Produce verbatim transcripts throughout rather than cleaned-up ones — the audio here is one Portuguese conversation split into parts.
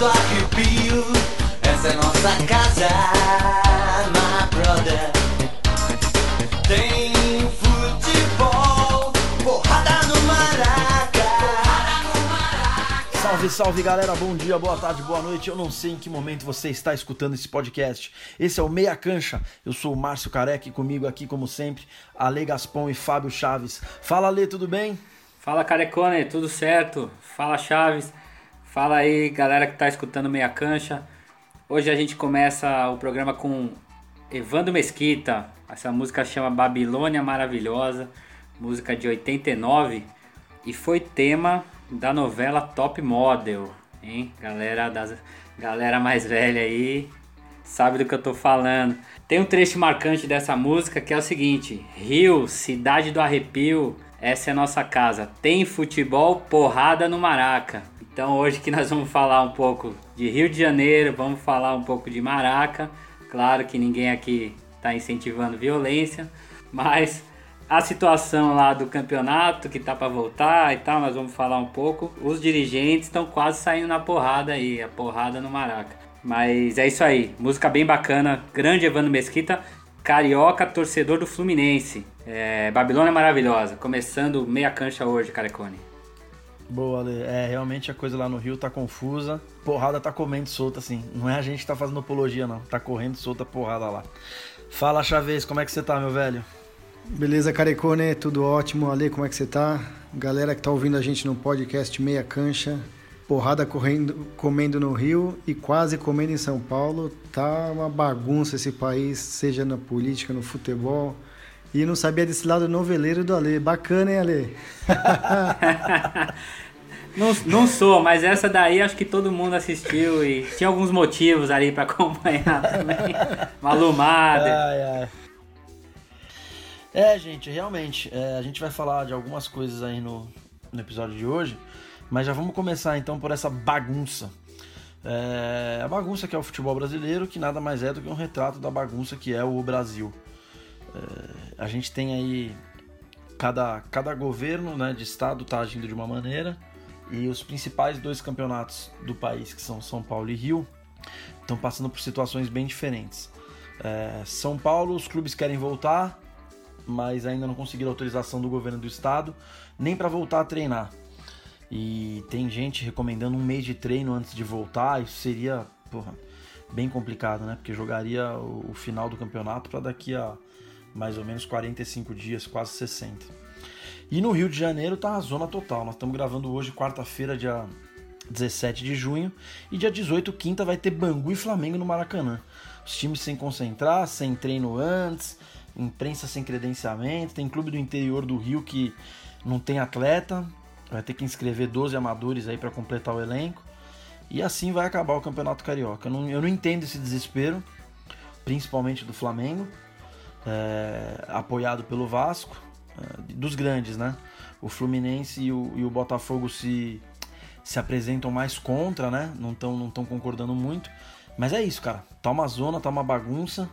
do arrepio. Essa é nossa casa, my brother. Tem futebol, porrada no Maraca. Salve, salve galera, bom dia, boa tarde, boa noite. Eu não sei em que momento você está escutando esse podcast. Esse é o Meia Cancha, eu sou o Márcio Careca e comigo aqui, como sempre, Ale Gaspon e Fábio Chaves. Fala, Ale, tudo bem? Fala, Carecone, tudo certo? Fala, Chaves. Fala aí, galera que tá escutando Meia Cancha. Hoje a gente começa o programa com Evandro Mesquita. Essa música chama Babilônia Maravilhosa, música de oitenta e nove, e foi tema da novela Top Model, hein? Galera, das, galera mais velha aí sabe do que eu tô falando. Tem um trecho marcante dessa música que é o seguinte: Rio, cidade do arrepio, essa é a nossa casa. Tem futebol, porrada no Maraca. Então hoje que nós vamos falar um pouco de Rio de Janeiro, vamos falar um pouco de Maraca. Claro que ninguém aqui está incentivando violência, mas a situação lá do campeonato que tá para voltar e tal, nós vamos falar um pouco. Os dirigentes estão quase saindo na porrada aí, a porrada no Maraca. Mas é isso aí, música bem bacana, grande Evandro Mesquita, carioca, torcedor do Fluminense. É, Babilônia Maravilhosa, começando Meia Cancha hoje, Carecone. Boa, Ale. É, realmente a coisa lá no Rio tá confusa. Porrada tá comendo solta, assim. Não é a gente que tá fazendo apologia, não. Tá correndo solta porrada lá. Fala, Chaves, como é que você tá, meu velho? Beleza, Carecone, tudo ótimo. Ale, como é que você tá? Galera que tá ouvindo a gente no podcast Meia Cancha. Porrada correndo, comendo no Rio e quase comendo em São Paulo. Tá uma bagunça esse país, seja na política, no futebol. E não sabia desse lado noveleiro do Ale. Bacana, hein, Ale? não, não sou, mas essa daí acho que todo mundo assistiu e tinha alguns motivos ali pra acompanhar também. Malumada. Ai, ai. É, gente, realmente, é, a gente vai falar de algumas coisas aí no, no episódio de hoje, mas já vamos começar então por essa bagunça. É, a bagunça que é o futebol brasileiro, que nada mais é do que um retrato da bagunça que é o Brasil. É, a gente tem aí, cada, cada governo, né, de estado está agindo de uma maneira, e os principais dois campeonatos do país, que são São Paulo e Rio, estão passando por situações bem diferentes. É, São Paulo, os clubes querem voltar, mas ainda não conseguiram autorização do governo do estado, nem para voltar a treinar. E tem gente recomendando um mês de treino antes de voltar. Isso seria, porra, bem complicado, né? Porque jogaria o, o final do campeonato para daqui a mais ou menos quarenta e cinco dias, quase sessenta. E no Rio de Janeiro tá a zona total. Nós estamos gravando hoje, quarta-feira, dia dezessete de junho, e dia dezoito, quinta, vai ter Bangu e Flamengo no Maracanã. Os times sem concentrar, sem treino antes, imprensa sem credenciamento, tem clube do interior do Rio que não tem atleta, vai ter que inscrever doze amadores aí para completar o elenco, e assim vai acabar o Campeonato Carioca. Eu não, eu não entendo esse desespero, principalmente do Flamengo, é, apoiado pelo Vasco, é, dos grandes, né? O Fluminense e o, e o Botafogo se, se apresentam mais contra, né? Não estão não tão concordando muito, mas é isso, cara, tá uma zona, tá uma bagunça.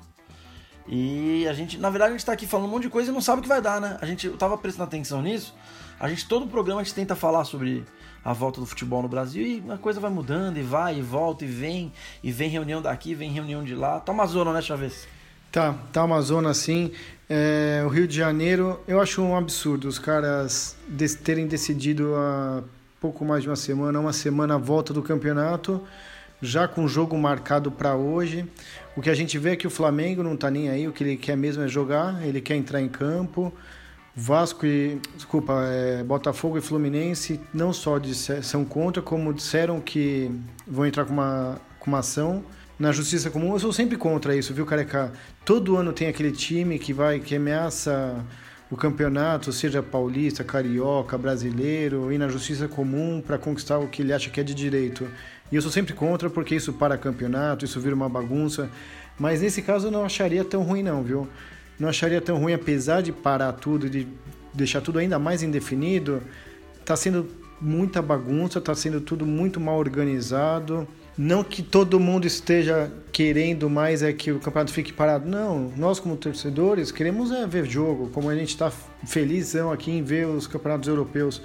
E a gente, na verdade, a gente tá aqui falando um monte de coisa e não sabe o que vai dar, né? A gente, eu tava prestando atenção nisso. A gente, todo o programa, a gente tenta falar sobre a volta do futebol no Brasil e a coisa vai mudando e vai e volta e vem. E vem reunião daqui, vem reunião de lá. Tá uma zona, né, Chaves? Tá, tá uma zona assim. É, o Rio de Janeiro, eu acho um absurdo os caras de, terem decidido há pouco mais de uma semana, uma semana a volta do campeonato, já com o jogo marcado para hoje. O que a gente vê é que o Flamengo não tá nem aí, o que ele quer mesmo é jogar, ele quer entrar em campo. Vasco e, desculpa, é, Botafogo e Fluminense não só disser, são contra, como disseram que vão entrar com uma, com uma ação na Justiça Comum. Eu sou sempre contra isso, viu, Careca? Todo ano tem aquele time que vai, que ameaça o campeonato, seja paulista, carioca, brasileiro, ir na Justiça Comum para conquistar o que ele acha que é de direito. E eu sou sempre contra, porque isso para campeonato, isso vira uma bagunça. Mas nesse caso eu não acharia tão ruim não, viu? Não acharia tão ruim, apesar de parar tudo, de deixar tudo ainda mais indefinido. Tá sendo muita bagunça, tá sendo tudo muito mal organizado. Não que todo mundo esteja querendo mais é que o campeonato fique parado. Não, nós como torcedores queremos é ver jogo, como a gente está felizão aqui em ver os campeonatos europeus.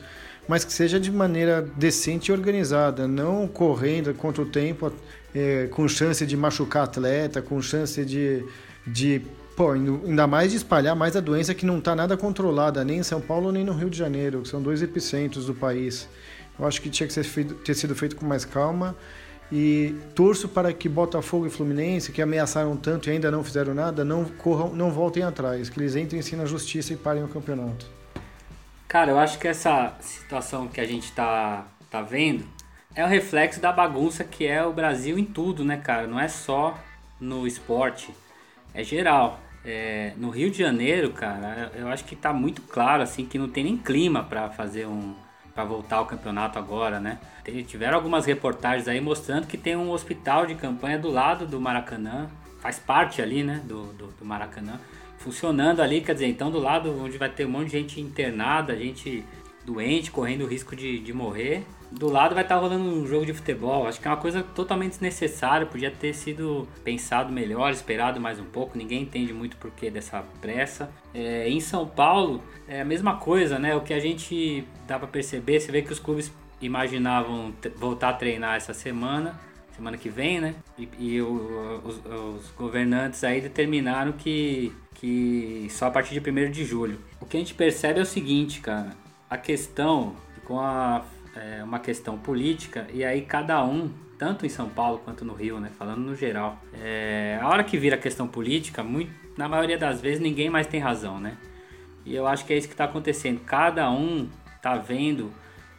mas que seja de maneira decente e organizada, não correndo contra o tempo, é, com chance de machucar atleta, com chance de, de pô, ainda mais de espalhar mais a doença que não está nada controlada, nem em São Paulo nem no Rio de Janeiro, que são dois epicentros do país. Eu acho que tinha que ser feito, ter sido feito com mais calma. E torço para que Botafogo e Fluminense, que ameaçaram tanto e ainda não fizeram nada, não corram, não voltem atrás, que eles entrem sim na justiça e parem o campeonato. Cara, eu acho que essa situação que a gente tá, tá vendo é o reflexo da bagunça que é o Brasil em tudo, né, cara? Não é só no esporte, é geral. É, no Rio de Janeiro, cara, eu acho que tá muito claro, assim, que não tem nem clima para fazer um... para voltar ao campeonato agora, né? Tiveram algumas reportagens aí mostrando que tem um hospital de campanha do lado do Maracanã, faz parte ali, né, do, do, do Maracanã, funcionando ali, quer dizer, então do lado onde vai ter um monte de gente internada, gente doente, correndo o risco de, de morrer, do lado vai estar rolando um jogo de futebol. Acho que é uma coisa totalmente desnecessária, podia ter sido pensado melhor, esperado mais um pouco, ninguém entende muito o porquê dessa pressa. É, em São Paulo é a mesma coisa, né? O que a gente dá para perceber, você vê que os clubes imaginavam t- voltar a treinar essa semana, semana que vem, né? E, e o, os, os governantes aí determinaram que, que só a partir de primeiro de julho. O que a gente percebe é o seguinte, cara, a questão com a É uma questão política, e aí cada um, tanto em São Paulo quanto no Rio, né, falando no geral, é, a hora que vira questão política, muito, na maioria das vezes ninguém mais tem razão, né? E eu acho que é isso que está acontecendo. Cada um está vendo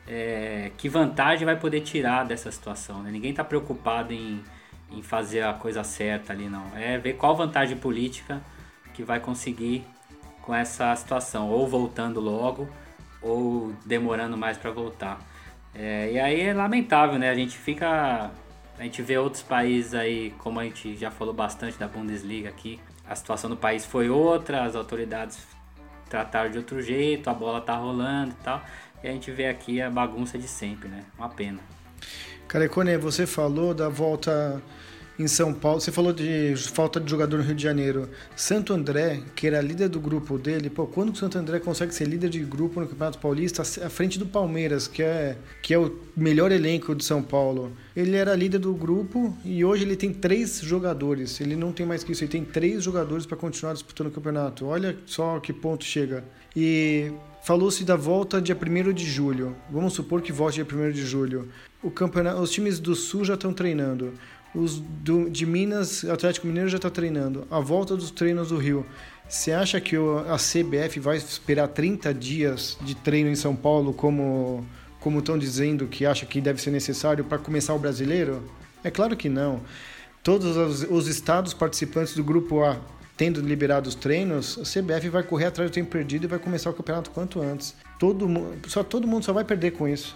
é, que vantagem vai poder tirar dessa situação, né? Ninguém está preocupado em, em fazer a coisa certa ali, não. É ver qual vantagem política que vai conseguir com essa situação, ou voltando logo, ou demorando mais para voltar. É, e aí é lamentável, né? A gente fica... A gente vê outros países aí, como a gente já falou bastante da Bundesliga aqui, a situação do país foi outra, as autoridades trataram de outro jeito, a bola tá rolando e tal, e a gente vê aqui a bagunça de sempre, né? Uma pena. Carecone, você falou da volta em São Paulo, você falou de falta de jogador no Rio de Janeiro. Santo André, que era líder do grupo dele, pô, quando o Santo André consegue ser líder de grupo no Campeonato Paulista, à frente do Palmeiras, que é, que é o melhor elenco de São Paulo. Ele era líder do grupo e hoje ele tem três jogadores. Ele não tem mais que isso, ele tem três jogadores para continuar disputando o campeonato. Olha só que ponto chega. E falou-se da volta dia primeiro de julho. Vamos supor que volte dia primeiro de julho. O campeonato, os times do Sul já estão treinando. Os do, de Minas, o Atlético Mineiro já está treinando. A volta dos treinos do Rio. Você acha que o, a C B F vai esperar trinta dias de treino em São Paulo, como como estão dizendo que acha que deve ser necessário para começar o brasileiro? É claro que não. Todos os, os estados participantes do Grupo A tendo liberado os treinos, a C B F vai correr atrás do tempo perdido e vai começar o campeonato quanto antes. Todo, só, todo mundo só vai perder com isso.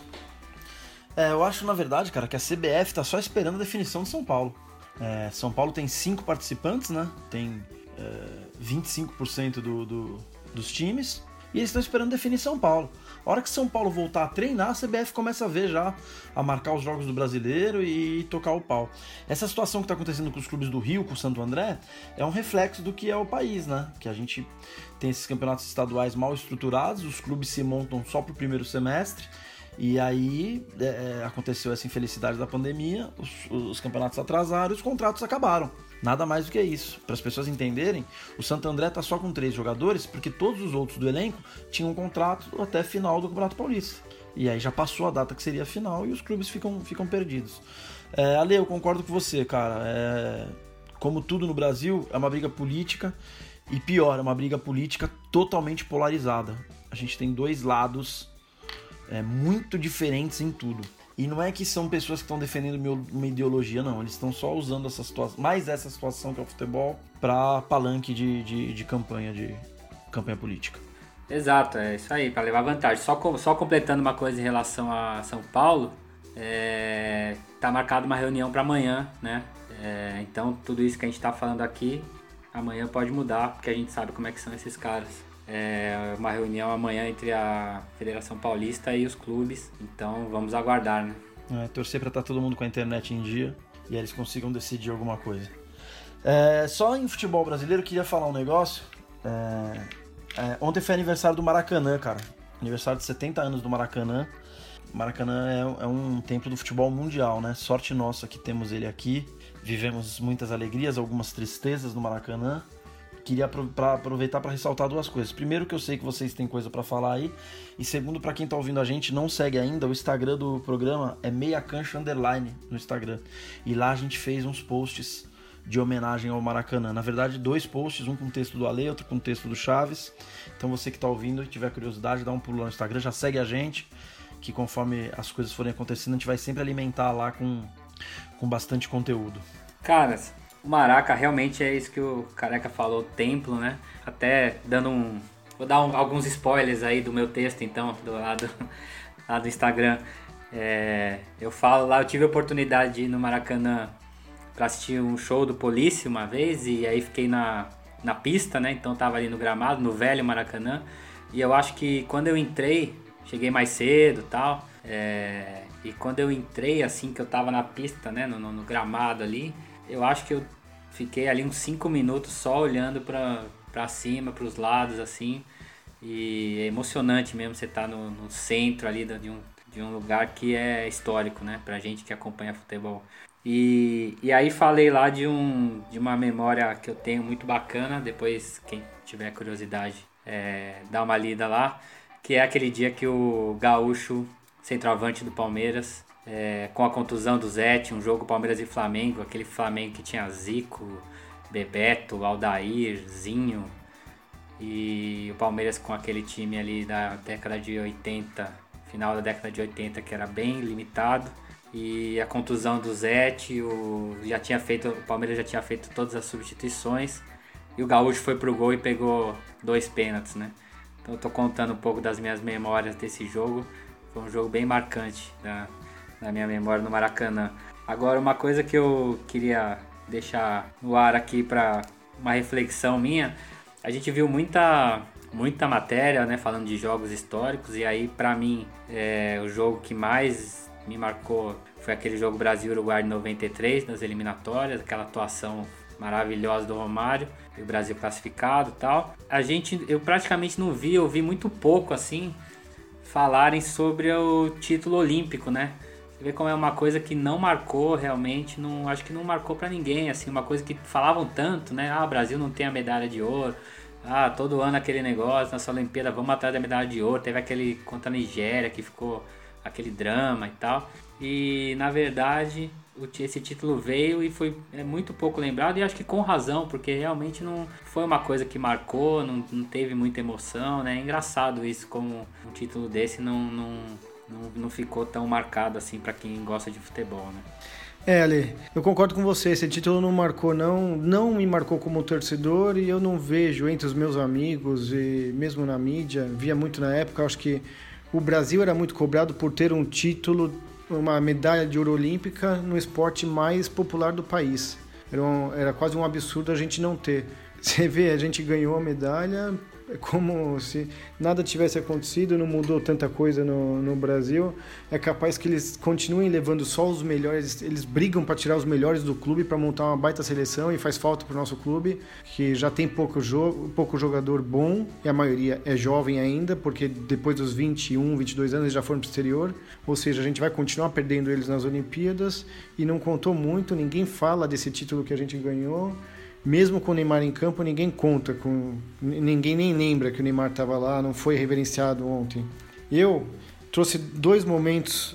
É, eu acho, na verdade, cara, que a C B F tá só esperando a definição de São Paulo. É, São Paulo tem cinco participantes, né? Tem é, vinte e cinco por cento do, do, dos times. E eles estão esperando definir São Paulo. A hora que São Paulo voltar a treinar, a C B F começa a ver já, a marcar os jogos do Brasileiro e tocar o pau. Essa situação que está acontecendo com os clubes do Rio, com o Santo André, é um reflexo do que é o país, né? Que a gente tem esses campeonatos estaduais mal estruturados, os clubes se montam só pro primeiro semestre. E aí é, aconteceu essa infelicidade da pandemia, os, os campeonatos atrasaram e os contratos acabaram. Nada mais do que isso. Para as pessoas entenderem, o Santo André está só com três jogadores porque todos os outros do elenco tinham um contrato até final do Campeonato Paulista. E aí já passou a data que seria a final e os clubes ficam, ficam perdidos. É, Ale, eu concordo com você, cara. É, como tudo no Brasil, é uma briga política e pior, é uma briga política totalmente polarizada. A gente tem dois lados É, muito diferentes em tudo. E não é que são pessoas que estão defendendo uma ideologia, não. Eles estão só usando essa situação, mais essa situação que é o futebol, para palanque de, de, de campanha de campanha política. Exato, é isso aí, para levar vantagem. Só, com, só completando uma coisa em relação a São Paulo, é, tá marcada uma reunião para amanhã, né? É, então tudo isso que a gente está falando aqui, amanhã pode mudar, porque a gente sabe como é que são esses caras. É uma reunião amanhã entre a Federação Paulista e os clubes, então vamos aguardar, né? É, torcer para estar todo mundo com a internet em dia e eles consigam decidir alguma coisa. É, só em futebol brasileiro eu queria falar um negócio. É, é, ontem foi aniversário do Maracanã, cara. Aniversário de setenta anos do Maracanã. Maracanã é, é um templo do futebol mundial, né? Sorte nossa que temos ele aqui. Vivemos muitas alegrias, algumas tristezas no Maracanã. Queria aproveitar para ressaltar duas coisas. Primeiro, que eu sei que vocês têm coisa para falar aí. E segundo, para quem tá ouvindo a gente, não segue ainda, o Instagram do programa é Meia Cancha Underline no Instagram. E lá a gente fez uns posts de homenagem ao Maracanã. Na verdade, dois posts, um com texto do Ale, outro com texto do Chaves. Então você que tá ouvindo e tiver curiosidade, dá um pulo lá no Instagram, já segue a gente, que conforme as coisas forem acontecendo, a gente vai sempre alimentar lá com, com bastante conteúdo. Caras, o Maraca realmente é isso que o Careca falou, templo, né? Até dando um... Vou dar um, alguns spoilers aí do meu texto, então, do lado, lá do Instagram. É, eu falo lá, eu tive a oportunidade de ir no Maracanã para assistir um show do Police uma vez, e aí fiquei na, na pista, né? Então tava ali no gramado, no velho Maracanã. E eu acho que quando eu entrei, cheguei mais cedo e tal, é, e quando eu entrei, assim, que eu tava na pista, né? No, no, no gramado ali, eu acho que eu fiquei ali uns cinco minutos só olhando pra, pra cima, pros lados, assim. E é emocionante mesmo você estar tá no, no centro ali de um, de um lugar que é histórico, né? Pra gente que acompanha futebol. E, e aí falei lá de, um, de uma memória que eu tenho muito bacana. Depois, quem tiver curiosidade, é, dá uma lida lá. Que é aquele dia que o Gaúcho, centroavante do Palmeiras, É, com a contusão do Zete, um jogo Palmeiras e Flamengo, aquele Flamengo que tinha Zico, Bebeto, Aldair, Zinho, e o Palmeiras com aquele time ali da década de oitenta, final da década de oitenta, que era bem limitado, e a contusão do Zete, o, já tinha feito, o Palmeiras já tinha feito todas as substituições, e o Gaúcho foi pro gol e pegou dois pênaltis, né? Então eu tô contando um pouco das minhas memórias desse jogo. Foi um jogo bem marcante da, da minha memória no Maracanã. Agora, uma coisa que eu queria deixar no ar aqui para uma reflexão minha, a gente viu muita, muita matéria, né, falando de jogos históricos, e aí para mim é, o jogo que mais me marcou foi aquele jogo Brasil-Uruguai de noventa e três, nas eliminatórias, aquela atuação maravilhosa do Romário, e o Brasil classificado e tal. A gente, eu praticamente não vi, eu vi muito pouco assim falarem sobre o título olímpico, né? Você vê como é uma coisa que não marcou realmente, não, acho que não marcou pra ninguém, assim, uma coisa que falavam tanto, né? Ah, o Brasil não tem a medalha de ouro, ah, todo ano aquele negócio, nossa Olimpíada, vamos atrás da medalha de ouro, teve aquele contra a Nigéria que ficou aquele drama e tal, e na verdade esse título veio e foi é, muito pouco lembrado, e acho que com razão, porque realmente não foi uma coisa que marcou, não, não teve muita emoção, né? É engraçado isso, como um título desse não, não, não, não ficou tão marcado assim para quem gosta de futebol, né? É, Ale, eu concordo com você, esse título não marcou, não, não me marcou como torcedor, e eu não vejo entre os meus amigos e mesmo na mídia, via muito na época, acho que o Brasil era muito cobrado por ter um título, uma medalha de ouro olímpica no esporte mais popular do país. Era, um, era quase um absurdo a gente não ter. Você vê, a gente ganhou a medalha, é como se nada tivesse acontecido, não mudou tanta coisa no, no Brasil. É capaz que eles continuem levando só os melhores, eles brigam para tirar os melhores do clube para montar uma baita seleção, e faz falta para o nosso clube, que já tem pouco, jogo, pouco jogador bom, e a maioria é jovem ainda, porque depois dos vinte e um, vinte e dois anos eles já foram para o exterior. Ou seja, a gente vai continuar perdendo eles nas Olimpíadas, e não contou muito, ninguém fala desse título que a gente ganhou. Mesmo com o Neymar em campo, ninguém conta, com ninguém nem lembra que o Neymar estava lá, não foi reverenciado ontem. Eu trouxe dois momentos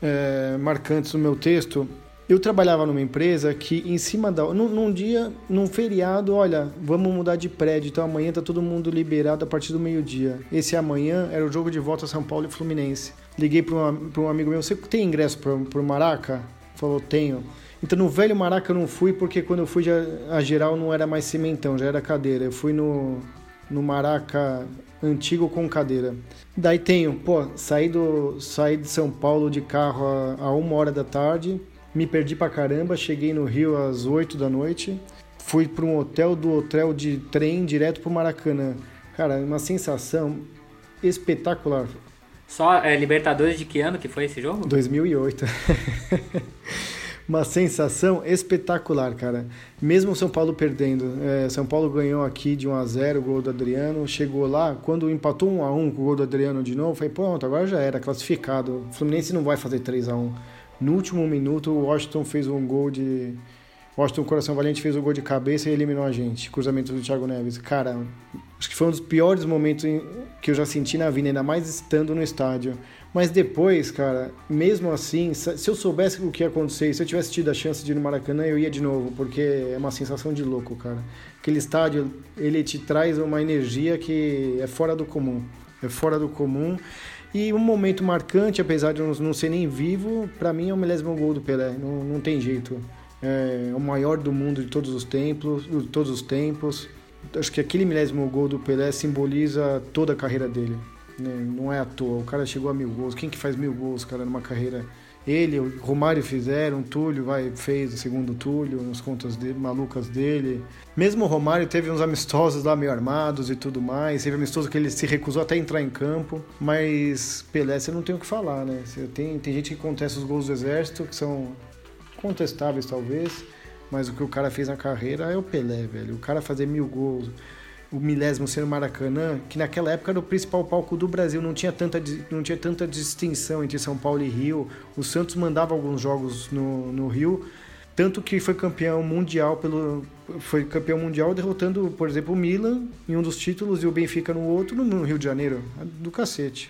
é, marcantes no meu texto. Eu trabalhava numa empresa que em cima da... Num, num dia, num feriado, olha, vamos mudar de prédio, então amanhã está todo mundo liberado a partir do meio-dia. Esse amanhã era o jogo de volta a São Paulo e Fluminense. Liguei para um, para um amigo meu, você tem ingresso para o Maraca? Falou, tenho. Então no velho Maraca eu não fui, porque quando eu fui já, a geral não era mais cimentão, já era cadeira. Eu fui no, no Maraca antigo com cadeira. Daí tenho, pô, saí, do, saí de São Paulo de carro a, a uma hora da tarde, me perdi pra caramba, cheguei no Rio às oito da noite, fui para um hotel, do hotel de trem direto pro Maracanã. Cara, uma sensação espetacular. Só é, Libertadores de que ano que foi esse jogo? dois mil e oito. uma sensação espetacular, cara. Mesmo o São Paulo perdendo, é, São Paulo ganhou aqui de um a zero, o gol do Adriano, chegou lá, quando empatou um a um com o gol do Adriano de novo, falei, pronto, agora já era, classificado. O Fluminense não vai fazer três a um. No último minuto, o Washington fez um gol de... Washington Coração Valente fez o gol de cabeça e eliminou a gente. Cruzamento do Thiago Neves. Cara, acho que foi um dos piores momentos que eu já senti na vida, ainda mais estando no estádio. Mas depois, cara, mesmo assim, se eu soubesse o que ia acontecer, se eu tivesse tido a chance de ir no Maracanã, eu ia de novo, porque é uma sensação de louco, cara. Aquele estádio, ele te traz uma energia que é fora do comum. É fora do comum. E um momento marcante, apesar de eu não ser nem vivo, pra mim é o milésimo gol do Pelé. Não, não tem jeito. É o maior do mundo de todos os tempos, de todos os tempos. Acho que aquele milésimo gol do Pelé simboliza toda a carreira dele. Não é à toa. O cara chegou a mil gols. Quem que faz mil gols, cara, numa carreira? Ele, o Romário fizeram, o Túlio vai, fez o segundo Túlio, nas contas dele, malucas dele. Mesmo o Romário teve uns amistosos lá meio armados e tudo mais. Teve amistoso que ele se recusou até a entrar em campo. Mas Pelé, você não tem o que falar, né? Você tem, tem gente que contesta os gols do Exército, que são contestáveis talvez, mas o que o cara fez na carreira é o Pelé, velho. O cara fazer mil gols, o milésimo ser o Maracanã, que naquela época era o principal palco do Brasil, não tinha tanta, não tinha tanta distinção entre São Paulo e Rio. O Santos mandava alguns jogos no, no Rio, tanto que foi campeão mundial pelo foi campeão mundial derrotando, por exemplo, o Milan em um dos títulos e o Benfica no outro, no Rio de Janeiro, do cacete.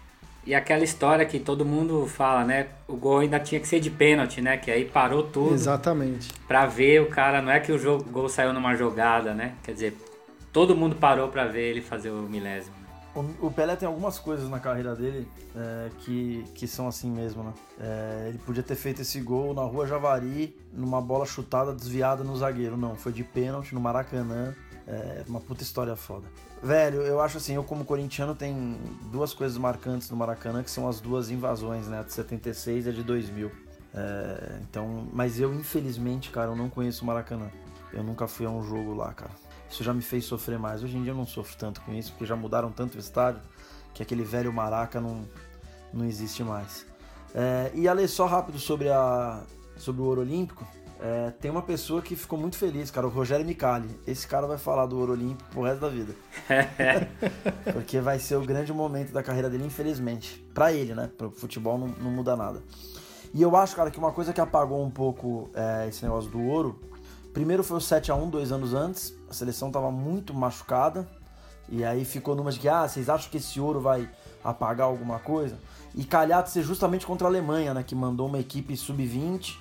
E aquela história que todo mundo fala, né? O gol ainda tinha que ser de pênalti, né? Que aí parou tudo. Exatamente. Pra ver o cara, não é que o jogo, o gol saiu numa jogada, né? Quer dizer, todo mundo parou pra ver ele fazer o milésimo. O, o Pelé tem algumas coisas na carreira dele é, que, que são assim mesmo, né? É, ele podia ter feito esse gol na Rua Javari, numa bola chutada desviada no zagueiro. Não, foi de pênalti no Maracanã. É uma puta história foda. Velho, eu acho assim, eu como corintiano tem duas coisas marcantes no Maracanã, que são as duas invasões, né? A de setenta e seis e a de dois mil. É, então, mas eu, infelizmente, cara, eu não conheço o Maracanã. Eu nunca fui a um jogo lá, cara. Isso já me fez sofrer mais. Hoje em dia eu não sofro tanto com isso, porque já mudaram tanto o estádio, que aquele velho Maraca não, não existe mais. É, e Ale, só rápido sobre, a, sobre o Ouro Olímpico. É, tem uma pessoa que ficou muito feliz, cara, o Rogério Micali. Esse cara vai falar do Ouro Olímpico pro resto da vida. Porque vai ser o grande momento da carreira dele, infelizmente. Pra ele, né? Pro futebol não, não muda nada. E eu acho, cara, que uma coisa que apagou um pouco é, esse negócio do ouro. Primeiro foi o sete a um, dois anos antes. A seleção tava muito machucada. E aí ficou numa de que, ah, vocês acham que esse ouro vai apagar alguma coisa? E calhar de ser justamente contra a Alemanha, né? Que mandou uma equipe sub vinte.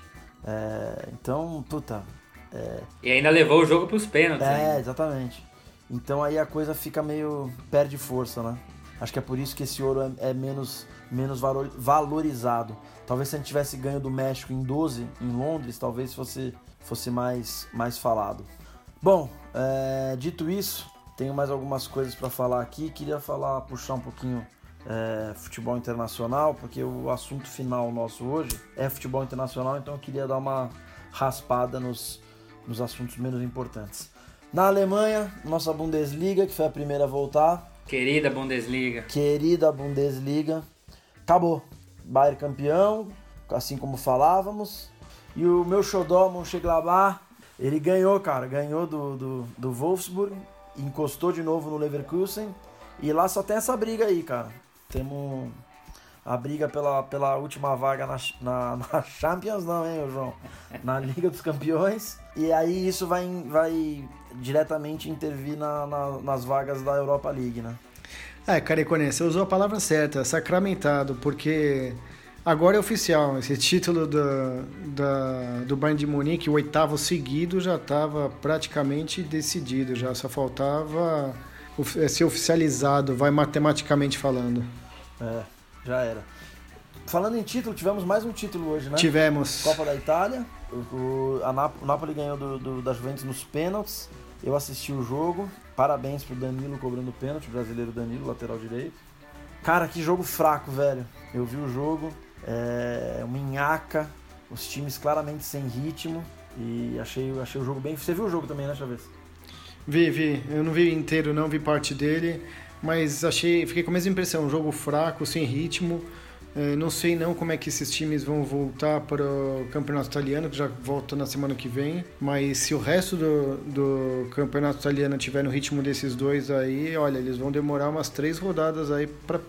É, então, puta... É... E ainda levou o jogo pros pênaltis. É, ainda. Exatamente. Então aí a coisa fica meio... perde força, né? Acho que é por isso que esse ouro é, é menos, menos valorizado. Talvez se a gente tivesse ganho do México em doze, em Londres, talvez fosse, fosse mais, mais falado. Bom, é, dito isso, tenho mais algumas coisas para falar aqui. Queria falar, puxar um pouquinho... É, futebol internacional, porque o assunto final nosso hoje é futebol internacional, então eu queria dar uma raspada nos, nos assuntos menos importantes. Na Alemanha, nossa Bundesliga, que foi a primeira a voltar. Querida Bundesliga. Querida Bundesliga. Acabou. Bayern campeão, assim como falávamos. E o meu xodó, Mönchengladbach, ele ganhou, cara. Ganhou do, do, do Wolfsburg, encostou de novo no Leverkusen. E lá só tem essa briga aí, cara. Temos a briga pela, pela última vaga na, na, na Champions, não, hein, João? Na Liga dos Campeões. E aí isso vai, vai diretamente intervir na, na, nas vagas da Europa League, né? É, Caricone, você usou a palavra certa, sacramentado, porque agora é oficial. Esse título do, da, do Bayern de Munique, o oitavo seguido, já estava praticamente decidido, já só faltava ser oficializado, vai matematicamente falando. É, já era. Falando em título, tivemos mais um título hoje, né? Tivemos. Copa da Itália. O, o, a Nap- o Napoli ganhou do, do, da Juventus nos pênaltis. Eu assisti o jogo. Parabéns pro Danilo cobrando pênalti, o brasileiro Danilo, lateral direito. Cara, que jogo fraco, velho. Eu vi o jogo. É, uma nhaca. Os times claramente sem ritmo. E achei, achei o jogo bem... Você viu o jogo também, né, Chaves? Vi, vi. Eu não vi inteiro, não vi parte dele. Mas achei, fiquei com a mesma impressão, um jogo fraco, sem ritmo. É, não sei não como é que esses times vão voltar para o campeonato italiano, que já volta na semana que vem, mas se o resto do, do campeonato italiano tiver no ritmo desses dois aí, olha, eles vão demorar umas três rodadas aí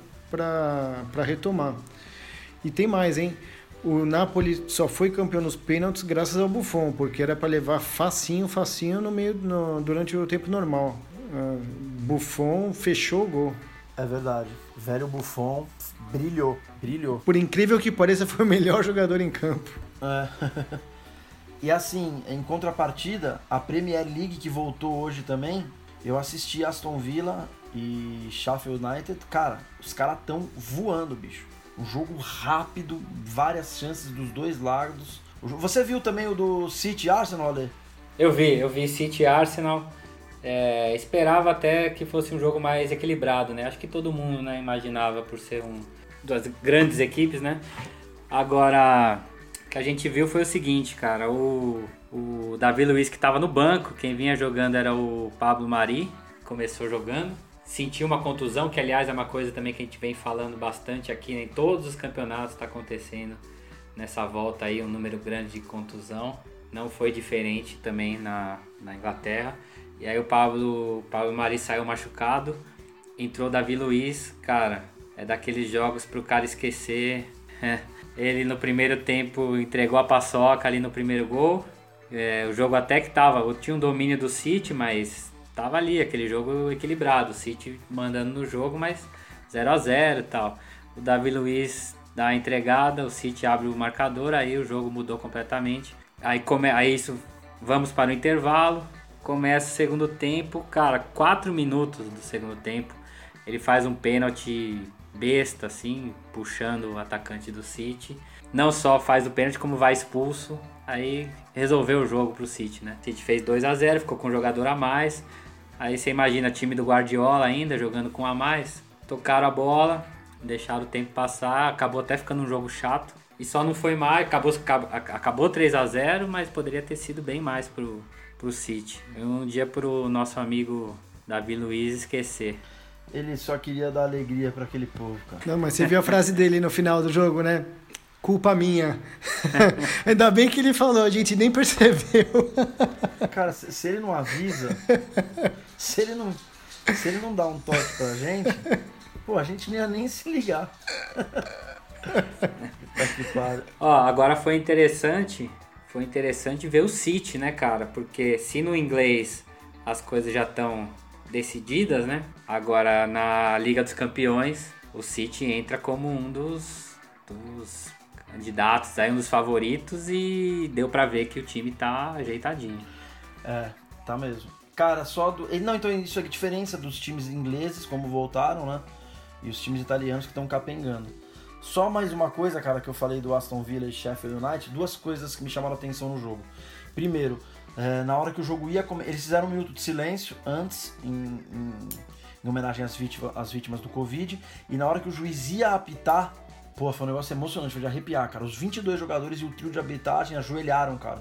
para retomar. E tem mais, hein? O Napoli só foi campeão nos pênaltis graças ao Buffon, porque era para levar facinho, facinho no meio, no, durante o tempo normal. Uh, Buffon fechou o gol. É verdade. Velho Buffon brilhou, brilhou. Por incrível que pareça, foi o melhor jogador em campo. É. E assim, em contrapartida, a Premier League que voltou hoje também, eu assisti Aston Villa e Sheffield United. Cara, os caras estão voando, bicho. Um jogo rápido, várias chances dos dois lados. Você viu também o do City Arsenal, Ale? Eu vi, eu vi City Arsenal. É, esperava até que fosse um jogo mais equilibrado, né? Acho que todo mundo, né, imaginava por ser um, duas grandes equipes, né? Agora, o que a gente viu foi o seguinte, cara. O, o Davi Luiz, que estava no banco, quem vinha jogando era o Pablo Mari, começou jogando. Sentiu uma contusão, que aliás é uma coisa também que a gente vem falando bastante aqui, né? Em todos os campeonatos está acontecendo nessa volta aí, um número grande de contusão. Não foi diferente também na, na Inglaterra. E aí o Pablo, Pablo Mari saiu machucado, entrou Davi Luiz, cara, é daqueles jogos pro cara esquecer. Ele no primeiro tempo entregou a paçoca ali no primeiro gol. É, o jogo até que tava, tinha um domínio do City, mas tava ali, aquele jogo equilibrado, o City mandando no jogo, mas zero a zero e tal. O Davi Luiz dá a entregada, o City abre o marcador, aí o jogo mudou completamente. Aí, come, aí isso, vamos para o intervalo, começa o segundo tempo, cara, quatro minutos do segundo tempo, ele faz um pênalti besta, assim, puxando o atacante do City. Não só faz o pênalti, como vai expulso, aí resolveu o jogo pro City, né? O City fez dois a zero, ficou com um jogador a mais. Aí você imagina time do Guardiola ainda, jogando com um a mais. Tocaram a bola, deixaram o tempo passar, acabou até ficando um jogo chato. E só não foi mais, acabou, acabou três a zero, mas poderia ter sido bem mais pro, pro City. Um dia pro nosso amigo Davi Luiz esquecer. Ele só queria dar alegria para aquele povo, cara. Não, mas você viu a frase dele no final do jogo, né? Culpa minha. Ainda bem que ele falou, a gente nem percebeu. Cara, se, se ele não avisa, se ele não, se ele não dá um toque pra gente, pô, a gente não ia nem se ligar. Ó, agora foi interessante, foi interessante ver o City, né, cara? Porque se no inglês as coisas já estão decididas, né? Agora na Liga dos Campeões, o City entra como um dos, dos candidatos, aí um dos favoritos, e deu pra ver que o time tá ajeitadinho. É, tá mesmo. Cara, só do... Não, então isso é a diferença dos times ingleses, como voltaram, né? E os times italianos que estão capengando. Só mais uma coisa, cara, que eu falei do Aston Villa e Sheffield United, duas coisas que me chamaram a atenção no jogo. Primeiro, é, na hora que o jogo ia começar, eles fizeram um minuto de silêncio antes, em, em, em homenagem às vítimas, às vítimas do Covid, e na hora que o juiz ia apitar, pô, foi um negócio emocionante, foi de arrepiar, cara. Os vinte e dois jogadores e o trio de arbitragem ajoelharam, cara,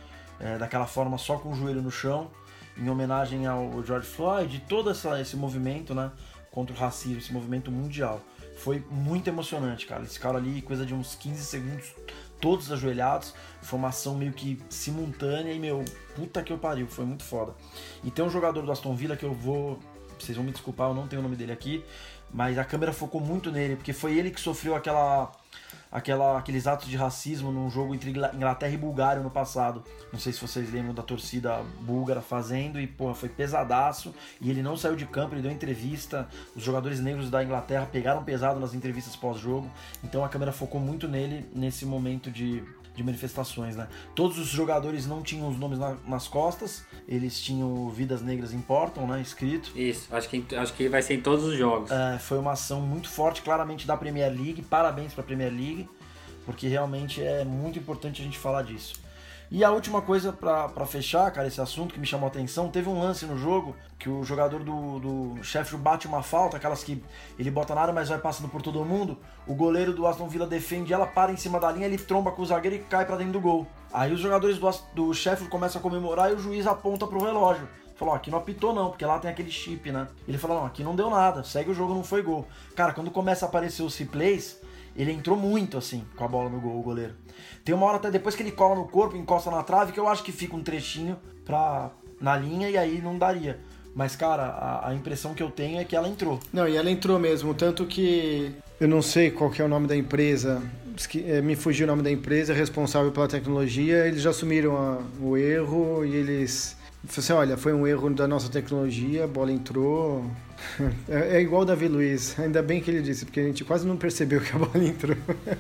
é, daquela forma, só com o joelho no chão, em homenagem ao George Floyd e todo essa, esse movimento, né, contra o racismo, esse movimento mundial. Foi muito emocionante, cara. Eles ficaram ali coisa de uns quinze segundos, todos ajoelhados. Foi uma ação meio que simultânea e, meu, puta que eu pariu, foi muito foda. E tem um jogador do Aston Villa que eu vou... Vocês vão me desculpar, eu não tenho o nome dele aqui, mas a câmera focou muito nele, porque foi ele que sofreu aquela... Aquela, aqueles atos de racismo num jogo entre Inglaterra e Bulgária no passado. Não sei se vocês lembram da torcida búlgara fazendo, e porra, foi pesadaço, e ele não saiu de campo, ele deu entrevista. Os jogadores negros da Inglaterra pegaram pesado nas entrevistas pós-jogo, então a câmera focou muito nele nesse momento de, de manifestações, né? Todos os jogadores não tinham os nomes na, nas costas, eles tinham Vidas Negras Importam, né, escrito. Isso, acho que, acho que vai ser em todos os jogos. É, foi uma ação muito forte, claramente da Premier League, parabéns para a Premier League, porque realmente é muito importante a gente falar disso. E a última coisa para fechar, cara, esse assunto que me chamou a atenção, teve um lance no jogo que o jogador do, do Sheffield bate uma falta, aquelas que ele bota na área, mas vai passando por todo mundo. O goleiro do Aston Villa defende ela, para em cima da linha, ele tromba com o zagueiro e cai para dentro do gol. Aí os jogadores do, do Sheffield começam a comemorar e o juiz aponta pro relógio. Falou, ó, aqui não apitou não, porque lá tem aquele chip, né? Ele falou, não, aqui não deu nada, segue o jogo, não foi gol. Cara, quando começa a aparecer os replays, ele entrou muito assim, com a bola no gol, o goleiro. Tem uma hora até depois que ele cola no corpo, encosta na trave, que eu acho que fica um trechinho pra, na linha e aí não daria. Mas, cara, a, a impressão que eu tenho é que ela entrou. Não, e ela entrou mesmo, tanto que eu não sei qual que é o nome da empresa, me fugiu o nome da empresa responsável pela tecnologia, eles já assumiram a, o erro e eles falaram assim, olha, foi um erro da nossa tecnologia, a bola entrou. É, é igual o Davi Luiz, ainda bem que ele disse, porque a gente quase não percebeu que a bola entrou.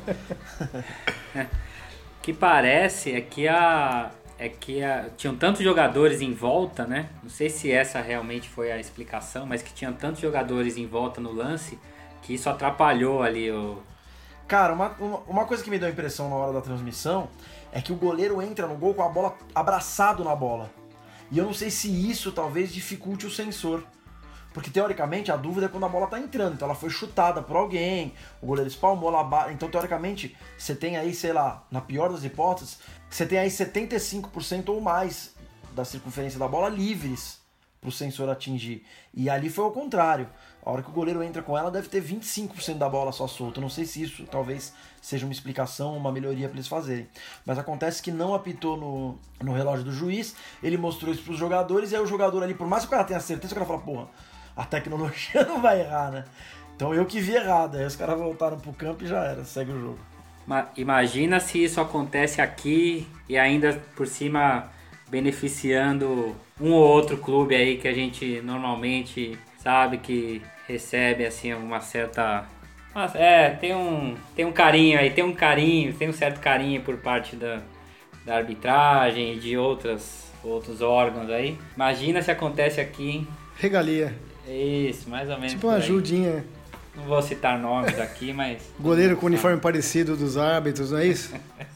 O que parece é que a... é que a, tinham tantos jogadores em volta, né? Não sei se essa realmente foi a explicação, mas que tinham tantos jogadores em volta no lance que isso atrapalhou ali o... Cara, uma, uma, uma coisa que me deu a impressão na hora da transmissão é que o goleiro entra no gol com a bola abraçado na bola. E eu não sei se isso talvez dificulte o sensor. Porque, teoricamente, a dúvida é quando a bola tá entrando. Então, ela foi chutada por alguém, o goleiro espalmou, ela ba... Então, teoricamente, você tem aí, sei lá, na pior das hipóteses, você tem aí setenta e cinco por cento ou mais da circunferência da bola livres pro sensor atingir. E ali foi ao contrário. A hora que o goleiro entra com ela, deve ter vinte e cinco por cento da bola só solta. Eu não sei se isso talvez seja uma explicação, uma melhoria para eles fazerem. Mas acontece que não apitou no, no relógio do juiz, ele mostrou isso pros jogadores, e aí o jogador ali, por mais que o cara tenha certeza, o cara fala, porra, a tecnologia não vai errar, né? Então eu que vi errado. Aí os caras voltaram pro campo e já era, segue o jogo. Imagina se isso acontece aqui e ainda por cima beneficiando um ou outro clube aí que a gente normalmente sabe que recebe assim uma certa... É, tem um, tem um carinho aí, tem um carinho, tem um certo carinho por parte da, da arbitragem e de outras, outros órgãos aí. Imagina se acontece aqui, hein? Regalia. Isso, mais ou menos. Tipo uma ajudinha. Não vou citar nomes aqui, mas... Goleiro com uniforme parecido dos árbitros, não é isso?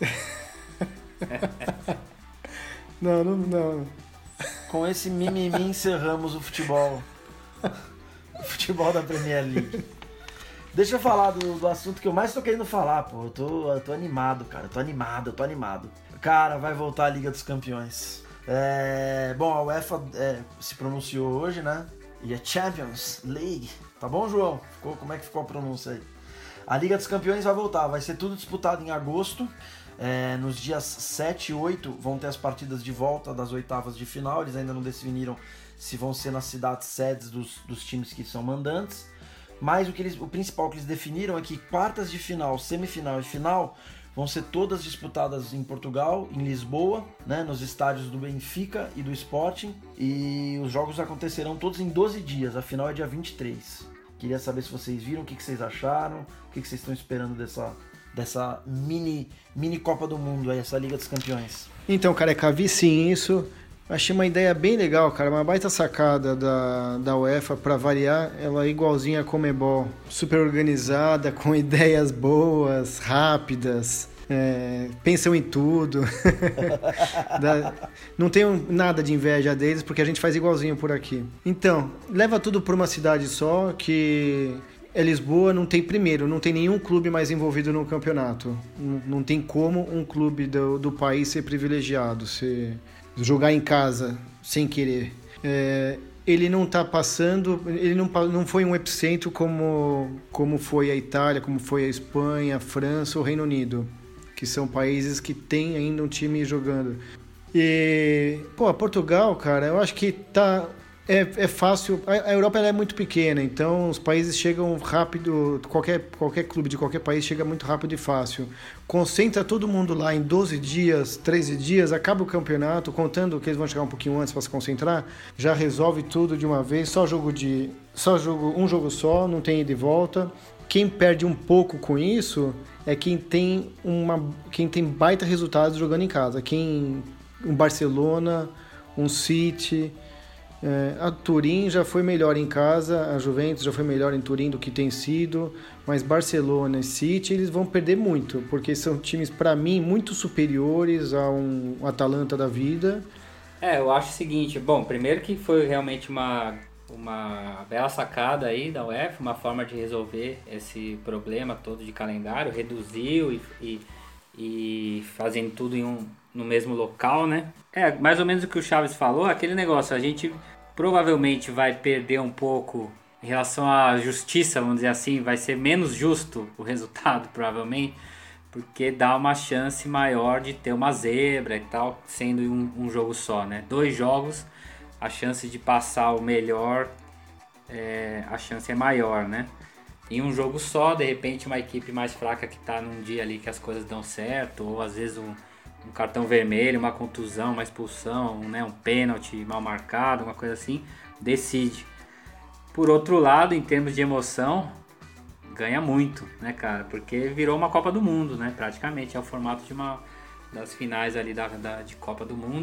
não, não, não. Com esse mimimi encerramos o futebol. O futebol da Premier League. Deixa eu falar do, do assunto que eu mais tô querendo falar, pô. Eu tô, eu tô animado, cara. Eu tô animado, eu tô animado. Cara, vai voltar a Liga dos Campeões. É, bom, a UEFA é, se pronunciou hoje, né? E é Champions League. Tá bom, João? Ficou, como é que ficou a pronúncia aí? A Liga dos Campeões vai voltar. Vai ser tudo disputado em agosto. É, nos dias sete e oito vão ter as partidas de volta das oitavas de final. Eles ainda não definiram se vão ser nas cidades sedes dos, dos times que são mandantes. Mas o, que eles, o principal que eles definiram é que quartas de final, semifinal e final vão ser todas disputadas em Portugal, em Lisboa, né, nos estádios do Benfica e do Sporting. E os jogos acontecerão todos em doze dias, a final é dia vinte e três. Queria saber se vocês viram, o que, que vocês acharam, o que, que vocês estão esperando dessa, dessa mini, mini Copa do Mundo, aí, essa Liga dos Campeões. Então, careca, vi sim isso. Achei uma ideia bem legal, cara, uma baita sacada da, da UEFA, para variar, ela é igualzinha a Conmebol, super organizada, com ideias boas, rápidas, é, pensam em tudo. da, não tenho nada de inveja deles, porque a gente faz igualzinho por aqui. Então, leva tudo para uma cidade só, que é Lisboa, não tem primeiro, não tem nenhum clube mais envolvido no campeonato. Não, não tem como um clube do, do país ser privilegiado, ser... jogar em casa sem querer. É, ele não está passando, ele não, não foi um epicentro como, como foi a Itália, como foi a Espanha, a França ou o Reino Unido, que são países que têm ainda um time jogando. E, pô, Portugal, cara, eu acho que tá, é, é fácil. A, a Europa ela é muito pequena, então os países chegam rápido, qualquer, qualquer clube de qualquer país chega muito rápido e fácil. Concentra todo mundo lá em doze dias, treze dias, acaba o campeonato, contando que eles vão chegar um pouquinho antes para se concentrar, já resolve tudo de uma vez, só jogo de, só jogo, um jogo só, não tem ida e volta. Quem perde um pouco com isso é quem tem uma, quem tem baita resultados jogando em casa. Quem, um Barcelona, um City, é, a Turim já foi melhor em casa, a Juventus já foi melhor em Turim do que tem sido, mas Barcelona e City eles vão perder muito, porque são times, para mim, muito superiores a um Atalanta da vida. É, eu acho o seguinte, bom, primeiro que foi realmente uma, uma bela sacada aí da UEFA, uma forma de resolver esse problema todo de calendário, reduziu e, e, e fazendo tudo em um, no mesmo local, né? É, mais ou menos o que o Chaves falou, aquele negócio, a gente provavelmente vai perder um pouco em relação à justiça, vamos dizer assim, vai ser menos justo o resultado, provavelmente, porque dá uma chance maior de ter uma zebra e tal, sendo um, um jogo só, né? Dois jogos, a chance de passar o melhor, é, a chance é maior, né? Em um jogo só, de repente, uma equipe mais fraca que tá num dia ali que as coisas dão certo, ou às vezes um, um cartão vermelho, uma contusão, uma expulsão, né? Um pênalti mal marcado, uma coisa assim, decide. Por outro lado, em termos de emoção, ganha muito, né, cara? Porque virou uma Copa do Mundo, né? Praticamente é o formato de uma das finais ali da, da de Copa do Mundo.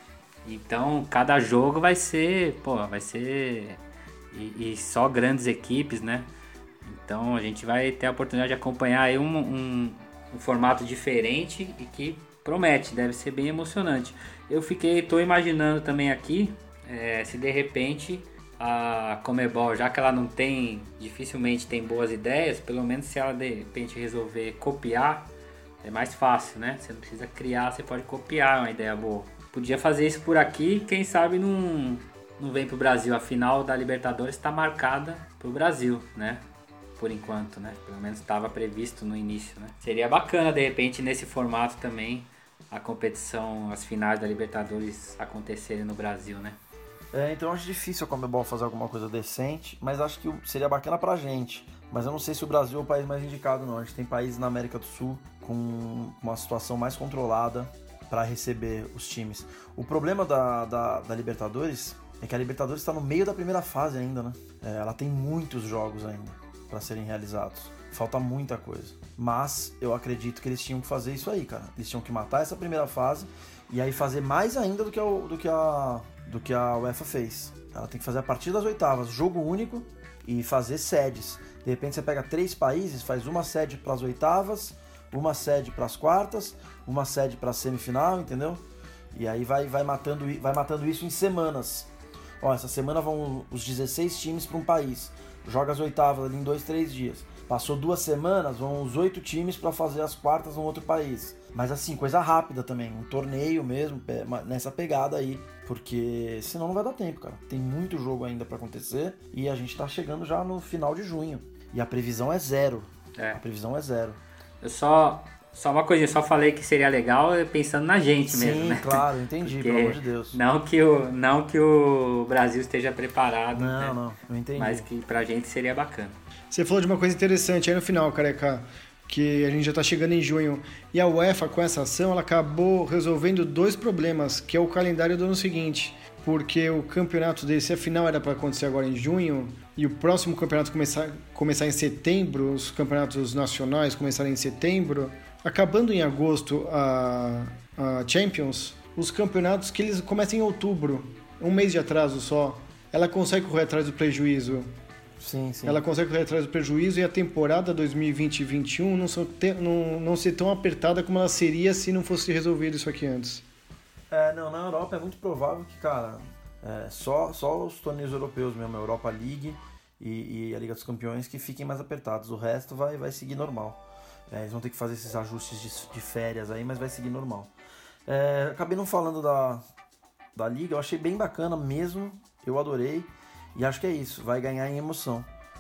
Então, cada jogo vai ser, pô, vai ser e, e só grandes equipes, né? Então, a gente vai ter a oportunidade de acompanhar aí um, um, um formato diferente e que promete, deve ser bem emocionante. Eu fiquei, tô imaginando também aqui, é, se de repente a Conmebol, já que ela não tem, dificilmente tem boas ideias, pelo menos se ela de repente resolver copiar, é mais fácil, né? Você não precisa criar, você pode copiar uma ideia boa. Podia fazer isso por aqui, quem sabe não, não vem pro Brasil. A final da Libertadores está marcada pro Brasil, né? Por enquanto, né? Pelo menos estava previsto no início, né? Seria bacana, de repente, nesse formato também, a competição, as finais da Libertadores acontecerem no Brasil, né? É, então eu acho difícil a Conmebol fazer alguma coisa decente, mas acho que seria bacana pra gente. Mas eu não sei se o Brasil é o país mais indicado, não. A gente tem países na América do Sul com uma situação mais controlada para receber os times. O problema da, da, da Libertadores é que a Libertadores está no meio da primeira fase ainda, né? É, ela tem muitos jogos ainda para serem realizados. Falta muita coisa. Mas eu acredito que eles tinham que fazer isso aí, cara. Eles tinham que matar essa primeira fase e aí fazer mais ainda do que a, do que a, do que a UEFA fez. Ela tem que fazer a partir das oitavas, jogo único e fazer sedes. De repente você pega três países, faz uma sede para as oitavas, uma sede para as quartas, uma sede para a semifinal, entendeu? E aí vai, vai, matando, vai matando isso em semanas. Ó, essa semana vão os dezesseis times para um país. Joga as oitavas ali em dois, três dias. Passou duas semanas, vão os oito times para fazer as quartas num outro país. Mas assim, coisa rápida também, um torneio mesmo, nessa pegada aí. Porque senão não vai dar tempo, cara. Tem muito jogo ainda para acontecer e a gente tá chegando já no final de junho. E a previsão é zero. É. A previsão é zero. Eu só... Só uma coisinha, só falei que seria legal pensando na gente Sim, mesmo, né? Sim, claro, entendi, Porque pelo amor de Deus. Não que, o, não que o Brasil esteja preparado, não, né? Não, eu entendi. Mas que pra gente seria bacana. Você falou de uma coisa interessante aí no final, Careca, que a gente já tá chegando em junho. E a UEFA, com essa ação, ela acabou resolvendo dois problemas, que é o calendário do ano seguinte. Porque o campeonato desse, a final era para acontecer agora em junho, e o próximo campeonato começar, começar em setembro, os campeonatos nacionais começarem em setembro. Acabando em agosto a, a Champions, os campeonatos que eles começam em outubro, um mês de atraso só, ela consegue correr atrás do prejuízo. Sim, sim. Ela consegue correr atrás do prejuízo e a temporada dois mil e vinte e vinte e um não, são te, não, não ser tão apertada como ela seria se não fosse resolvido isso aqui antes. É, não, na Europa é muito provável que, cara, é, só, só os torneios europeus mesmo, a Europa League e, e a Liga dos Campeões que fiquem mais apertados. O resto vai, vai seguir normal. É, eles vão ter que fazer esses ajustes de, de férias aí, mas vai seguir normal. É, acabei não falando da, da Liga, eu achei bem bacana mesmo, eu adorei. E acho que é isso, vai ganhar em emoção.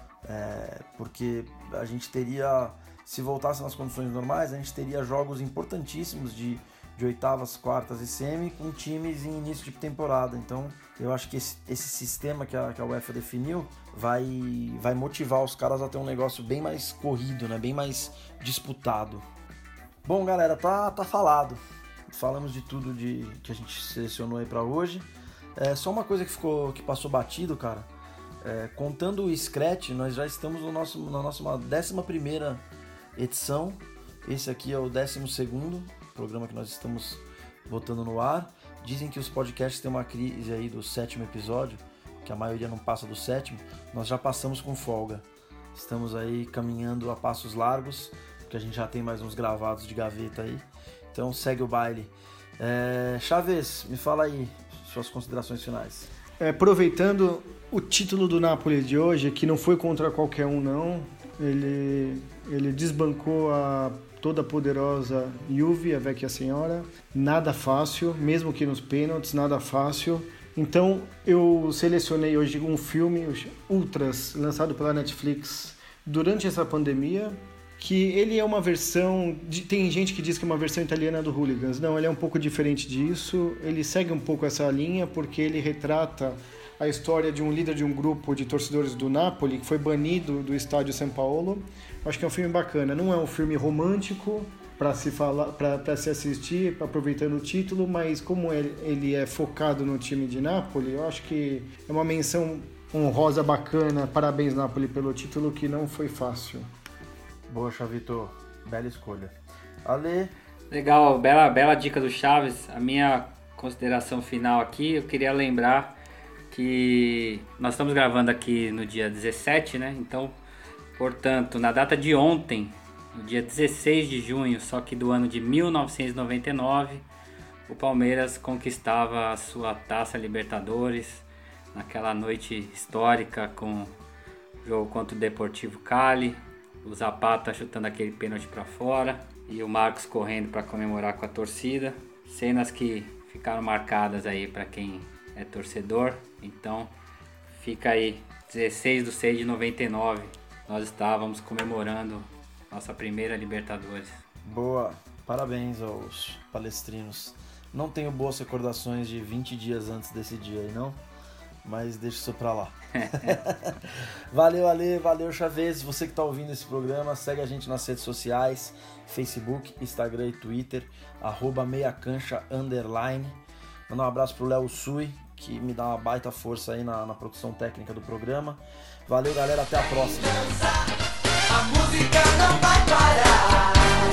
É, porque a gente teria, se voltasse nas condições normais, a gente teria jogos importantíssimos de, de oitavas, quartas e semi com times em início de temporada. Então eu acho que esse, esse sistema que a, que a UEFA definiu vai, vai motivar os caras a ter um negócio bem mais corrido, né? Bem mais disputado. Bom, galera, tá, tá falado. Falamos de tudo de, que a gente selecionou aí pra hoje. É, só uma coisa que, ficou, que passou batido, cara. É, contando o Scratch, nós já estamos no nosso, na nossa décima primeira edição. Esse aqui é o décimo segundo programa que nós estamos botando no ar. Dizem que os podcasts têm uma crise aí do sétimo episódio, que a maioria não passa do sétimo. Nós já passamos com folga. Estamos aí caminhando a passos largos, porque a gente já tem mais uns gravados de gaveta aí. Então segue o baile. É, Chaves, me fala aí suas considerações finais. É, aproveitando o título do Napoli de hoje, que não foi contra qualquer um não, ele, ele desbancou a toda poderosa Juve, a Vecchia Senhora, nada fácil, mesmo que nos pênaltis, nada fácil, Então eu selecionei hoje um filme, Ultras, lançado pela Netflix durante essa pandemia, que ele é uma versão, de, tem gente que diz que é uma versão italiana do Hooligans. Não, ele é um pouco diferente disso, ele segue um pouco essa linha porque ele retrata a história de um líder de um grupo de torcedores do Napoli que foi banido do estádio São Paulo. Acho que é um filme bacana, não é um filme romântico para se falar, para se assistir, aproveitando o título, mas como ele, ele é focado no time de Napoli, eu acho que é uma menção honrosa bacana. Parabéns, Napoli, pelo título, que não foi fácil. Boa, Chavito. Bela escolha. Ale? Legal, bela, bela dica do Chaves. A minha consideração final aqui, eu queria lembrar que nós estamos gravando aqui no dia dezessete, né? Então, portanto, na data de ontem, no dia dezesseis de junho, só que do ano de mil novecentos e noventa e nove, o Palmeiras conquistava a sua Taça Libertadores naquela noite histórica com o jogo contra o Deportivo Cali, o Zapata chutando aquele pênalti para fora e o Marcos correndo para comemorar com a torcida. Cenas que ficaram marcadas aí para quem é torcedor. Então fica aí, dezesseis de seis de noventa e nove, nós estávamos comemorando nossa primeira Libertadores. Boa, parabéns aos palestrinos. Não tenho boas recordações de vinte dias antes desse dia aí, não? Mas deixa isso pra lá. Valeu, Ale, valeu, Chaves. Você que tá ouvindo esse programa, segue a gente nas redes sociais, Facebook, Instagram e Twitter, arroba meiacancha, underline. Mandar um abraço pro Léo Sui, que me dá uma baita força aí na, na produção técnica do programa. Valeu, galera, até a próxima. A música não vai parar.